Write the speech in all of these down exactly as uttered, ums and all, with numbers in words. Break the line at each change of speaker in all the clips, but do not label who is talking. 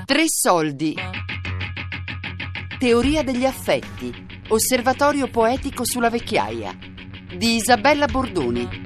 Tre soldi. Teoria degli affetti. Osservatorio poetico sulla vecchiaia di Isabella Bordoni.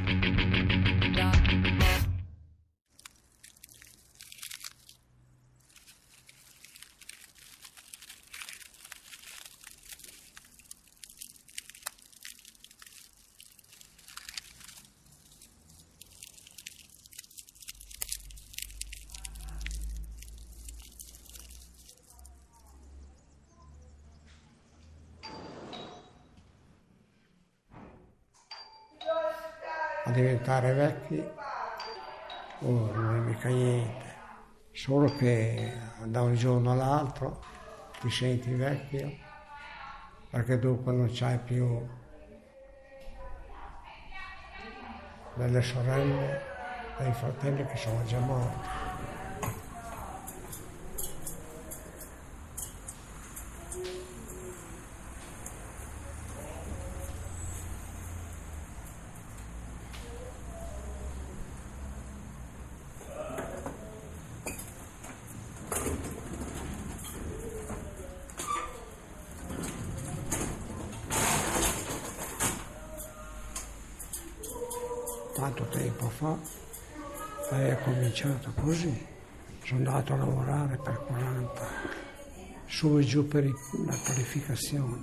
A diventare vecchi, oh, non è mica niente, solo che da un giorno all'altro ti senti vecchio, perché dopo non c'hai più delle sorelle, dei fratelli che sono già morti. Tanto tempo fa avevo cominciato così, sono andato a lavorare per quaranta anni, su e giù per la qualificazione,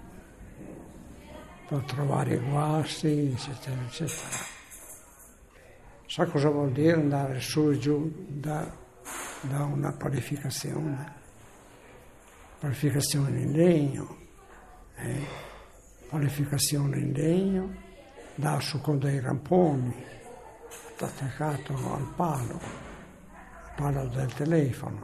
per trovare i guasti, eccetera, eccetera. Sa cosa vuol dire andare su e giù da, da una qualificazione? Qualificazione in legno, eh? Qualificazione in legno, da su con dei ramponi, attaccato al palo, al palo del telefono,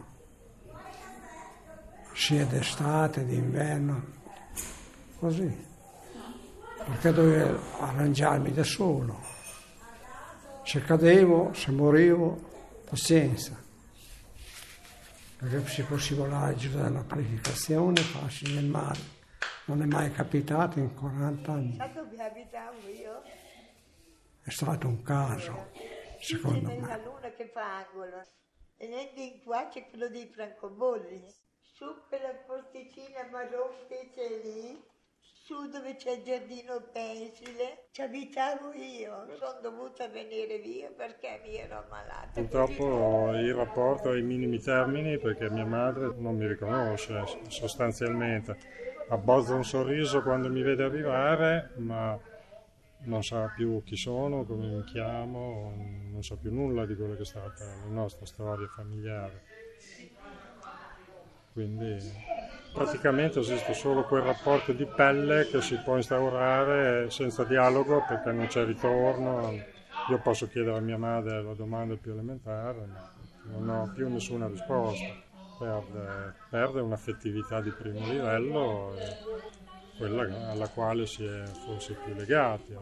sia d'estate, d'inverno, così, perché dovevo arrangiarmi da solo. Se cadevo, se morivo, pazienza, perché se fossi volato giù dalla qualificazione, passi nel mare. Non è mai capitato in quaranta anni.
Sai dove abitavo io?
È stato un caso, secondo
me. C'è
me.
la luna che fa angolo. E di qua c'è quello dei francobolli. Su per la porticina marrone che c'è lì, su dove c'è il giardino pensile, ci abitavo io. Sono dovuta venire via perché mi ero ammalata.
Purtroppo il rapporto ai minimi termini, perché mia madre non mi riconosce sostanzialmente. Abbozza un sorriso quando mi vede arrivare, ma non sa più chi sono, come mi chiamo, non sa più nulla di quello che è stata la nostra storia familiare. Quindi praticamente esiste solo quel rapporto di pelle che si può instaurare senza dialogo, perché non c'è ritorno. Io posso chiedere a mia madre la domanda più elementare, ma non ho più nessuna risposta. Perde, perde un'affettività di primo livello, e quella alla quale si è forse più legati.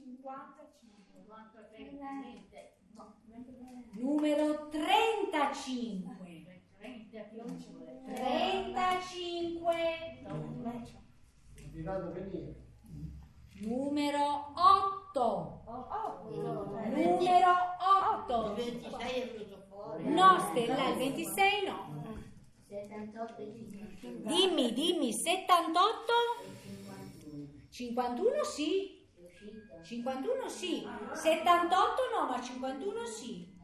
Numero trentacinque. trentacinque. Numero otto. Numero otto. No, Stella, il ventisei no. Dimmi, dimmi, settantotto? cinquantuno sì. cinquantuno sì. settantotto no, ma cinquantuno sì.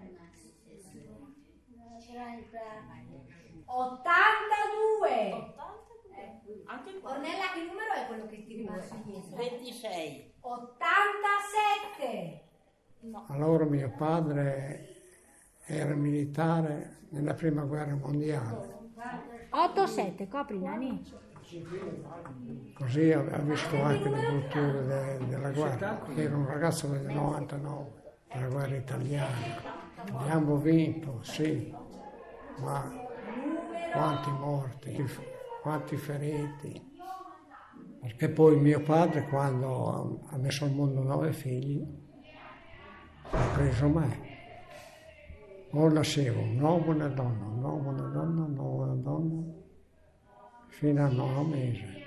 ottantadue. Ornella, che numero è quello che ti è rimasto indietro?
ventisei.
ottantasette.
No. Allora mio padre era militare nella prima guerra mondiale.
otto sette, copri Nani.
Così ha visto anche le brutture de, della guerra. Era un ragazzo del novantanove, della guerra italiana. Abbiamo vinto, sì, ma quanti morti, quanti feriti. Perché poi mio padre, quando ha messo al mondo nove figli, ha preso me. O nascevo un uomo e una donna, un uomo e una donna, un uomo e una donna, fino al nono mese.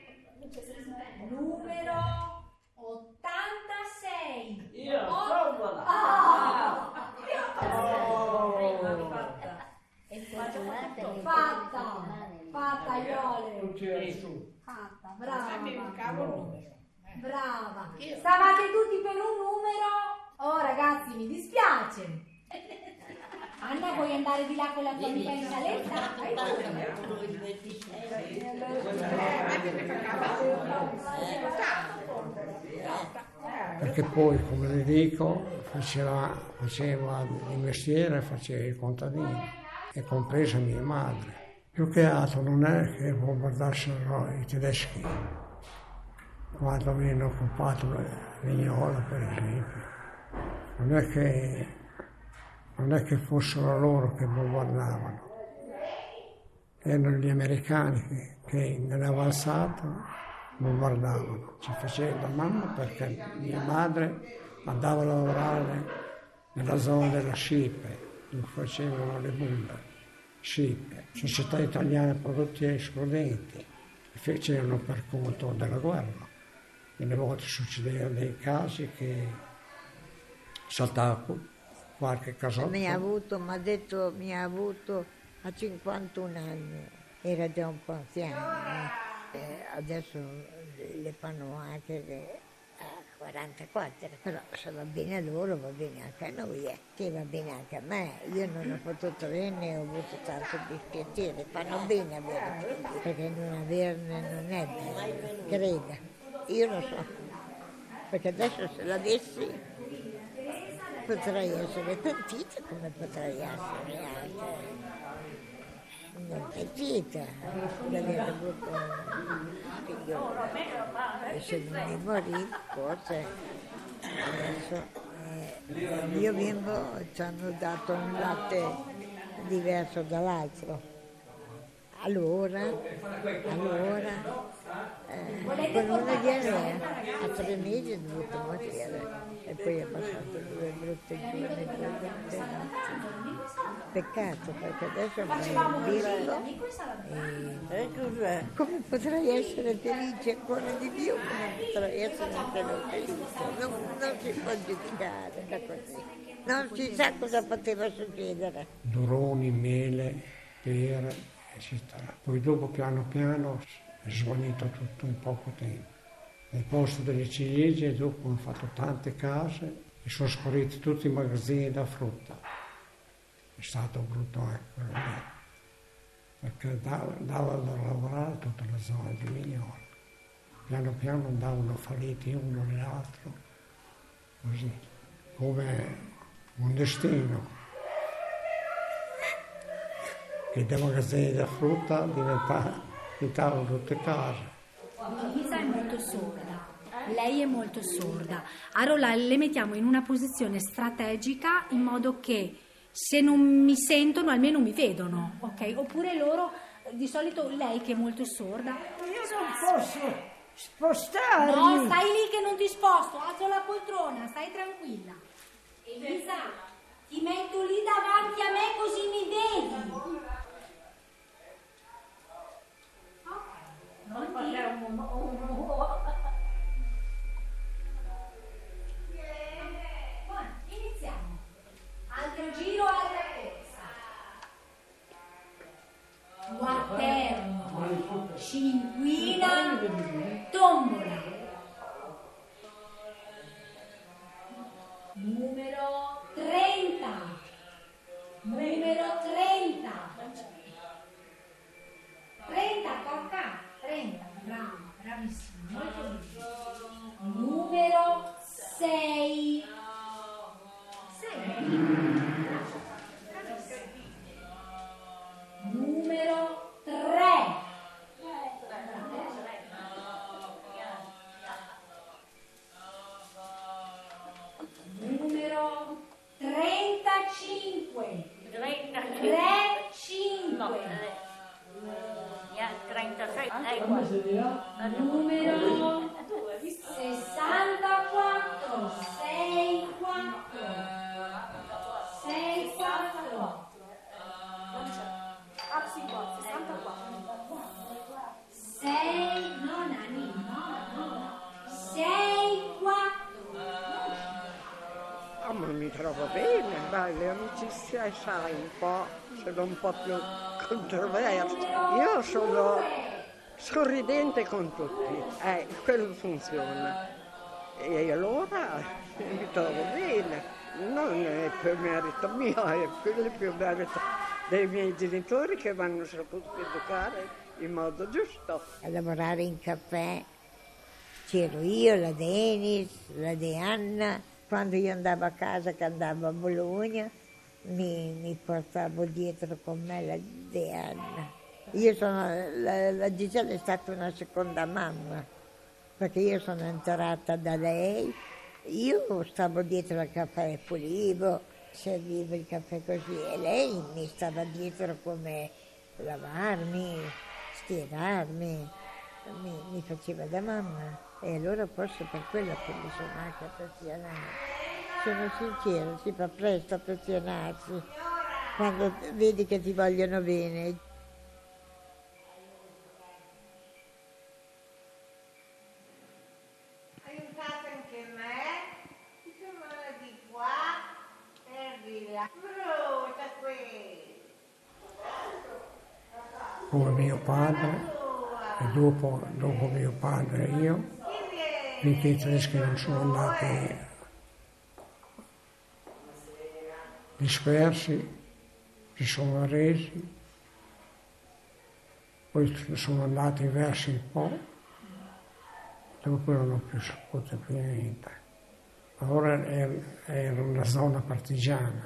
Numero ottantasei.
Io,
oh. Ah.
oh.
un numero. Brava. Stavate tutti per un numero? Oh ragazzi, mi dispiace. Anna, vuoi andare di là con la tua amica in saletta? Vai
Perché poi, come vi dico, faceva, faceva il mestiere, faceva il contadino, e compresa mia madre. Più che altro non è che bombardassero i tedeschi quando vennero occupato Vignola, per esempio. Non è che, non è che fossero loro che bombardavano, erano gli americani che, che nell'avanzato bombardavano. Ci faceva la mamma perché mia madre andava a lavorare nella zona della Scipe, dove facevano le bombe. Scipe, Società Italiana Prodotti Esplodenti, e facevano per conto della guerra. Delle volte succedevano dei casi che saltava qualche casotto.
Mi ha avuto, mi ha detto, mi ha avuto a cinquantuno anni, era già un po' anziano, eh. Eh, adesso le fanno anche le, a quarantaquattro, però se va bene a loro va bene anche a noi, eh. Sì, va bene anche a me, io non ho potuto averne, ho avuto tanto dispiacere, fanno bene averne, perché non averne non è bello, creda. Io lo so, perché adesso se l'avessi potrei essere pentita come potrei essere anche non pentita di aver avuto un figlio. E se non mi morì, forse adesso eh, al mio bimbo ci hanno dato un latte diverso dall'altro. Allora, allora Eh, con una diarrea a tre mesi è dovuto morire e poi ha passato due brutte giorni, due brutte notti. Peccato, perché adesso vai un bimbo e eh, come potrei essere felice ancora di più, come potrei essere ancora felice, non, non si può giudicare da così, non si sa cosa poteva succedere.
Duroni, mele, pere, eccetera. Poi dopo piano piano è svanito tutto in poco tempo. Nel posto delle ciliegie dopo hanno fatto tante case e sono spariti tutti i magazzini da frutta. È stato brutto anche quello lì, perché davano da lavorare tutta la zona di Vignola. Piano piano andavano falliti uno e l'altro, così, come un destino. Che dai magazzini da frutta diventavano diventavano tutte case.
Elisa è molto sorda, lei è molto sorda. Allora le mettiamo in una posizione strategica in modo che se non mi sentono almeno mi vedono, ok? Oppure loro, di solito lei che è molto sorda.
Io non posso spostarmi.
No, stai lì che non ti sposto, alzo la poltrona, stai tranquilla. Elisa, ti metto lì davanti a me così mi vedi. Non ti... Iniziamo. Altro giro, altra corsa. Quaterno, cinquina, tombola. Numero trenta. Numero trenta. trenta, tocca. trenta, bravo, bravissimo, molto bene. Numero sei. sei. Numero tre. Numero trentacinque. trentacinque.
trentasei,
numero sessantaquattro, sei quattro, sei quattro, sei, no Nani, no, no, sei quattro.
Ah, ma mi trovo bene, dai, le amicizie sai un po', sono un po' più controverse. Io sono sorridente con tutti, eh, quello funziona. E allora mi trovo bene, non è per merito mio, è per merito dei miei genitori che mi hanno saputo educare in modo giusto.
A lavorare in caffè c'ero io, la Denis, la De Anna. Quando io andavo a casa, che andavo a Bologna, mi, mi portavo dietro con me la De Anna. Io sono, la, la Gisella è stata una seconda mamma, perché io sono entrata da lei, io stavo dietro al caffè, pulivo, servivo il caffè così, e lei mi stava dietro come lavarmi, stirarmi, mi, mi faceva da mamma. E allora forse per quello che mi sono anche affezionata. Sono sincera, si fa presto affezionarsi quando vedi che ti vogliono bene.
Aiutate anche me, ci sono di qua e di là. Brutta qui.
Come mio padre, e dopo, dopo mio padre e io, finché i tedeschi non sono andati dispersi, si sono arresi, poi sono andati verso il Po, dopo non ho più saputo più niente. Allora era una zona partigiana.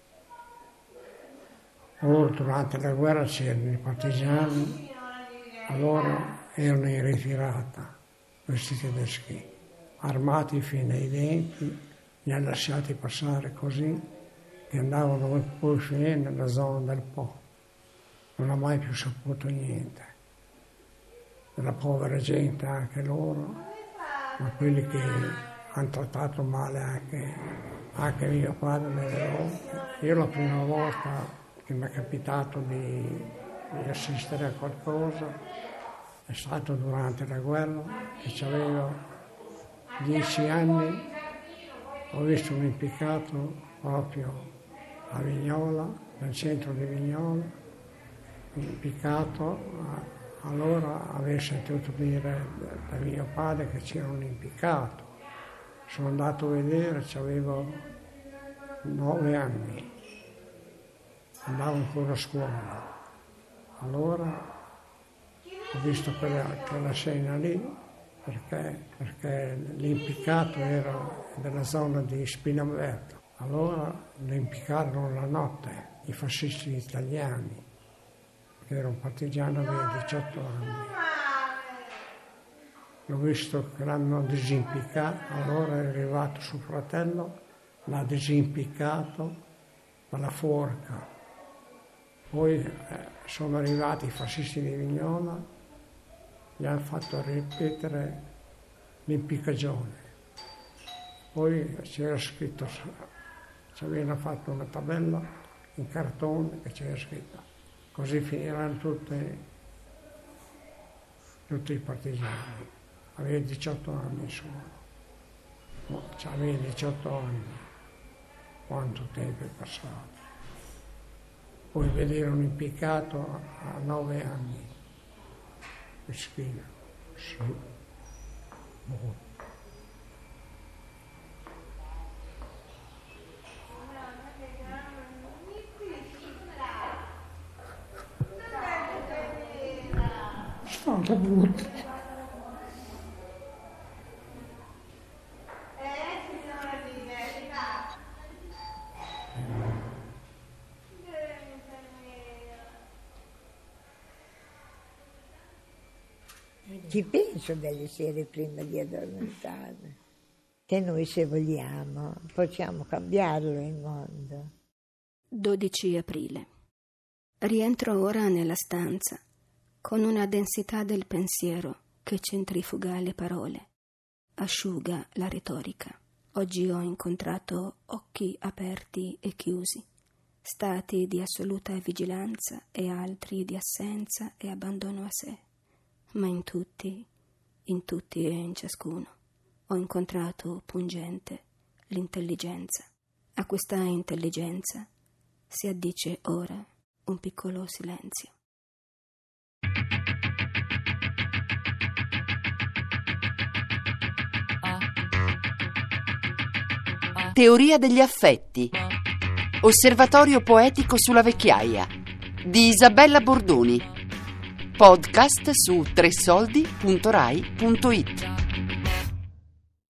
Allora durante la guerra c'erano i partigiani, allora erano in ritirata. Questi tedeschi, armati fino ai denti, li hanno lasciati passare così, che andavano poi finire nella zona del Po. Non ha mai più saputo niente. Della povera gente anche loro, ma quelli che hanno trattato male anche, anche mio padre nelle volte. Io la prima volta che mi è capitato di, di assistere a qualcosa è stato durante la guerra, che avevo dieci anni, ho visto un impiccato proprio a Vignola, nel centro di Vignola, impiccato, allora avevo sentito dire da mio padre che c'era un impiccato. Sono andato a vedere, avevo nove anni, andavo ancora a scuola. Allora ho visto quella, quella scena lì perché, perché l'impiccato era della zona di Spinamerto. Allora lo impiccarono la notte i fascisti italiani, che era un partigiano di diciotto anni. L'ho visto che l'hanno disimpiccato, allora è arrivato suo fratello, l'ha disimpiccato dalla forca. Poi eh, sono arrivati i fascisti di Vignola, gli hanno fatto ripetere l'impiccagione. Poi c'era scritto, ci avevano fatto una tabella in cartone che c'era scritto, così finiranno tutte, tutti i partigiani. Aveva diciotto anni solo, aveva diciotto anni, quanto tempo è passato. Poi vedere un impiccato a nove anni, che schifo, sì. Oh. Stata brutta.
Ci penso delle sere prima di addormentarmi, che noi se vogliamo possiamo cambiarlo il mondo.
dodici aprile. Rientro ora nella stanza con una densità del pensiero che centrifuga le parole, asciuga la retorica. Oggi ho incontrato occhi aperti e chiusi, stati di assoluta vigilanza e altri di assenza e abbandono a sé. Ma in tutti, in tutti e in ciascuno, ho incontrato pungente l'intelligenza. A questa intelligenza si addice ora un piccolo silenzio.
teoria degli affetti. Osservatorio poetico sulla vecchiaia di Isabella Bordoni. Podcast su tre soldi punto rai punto it.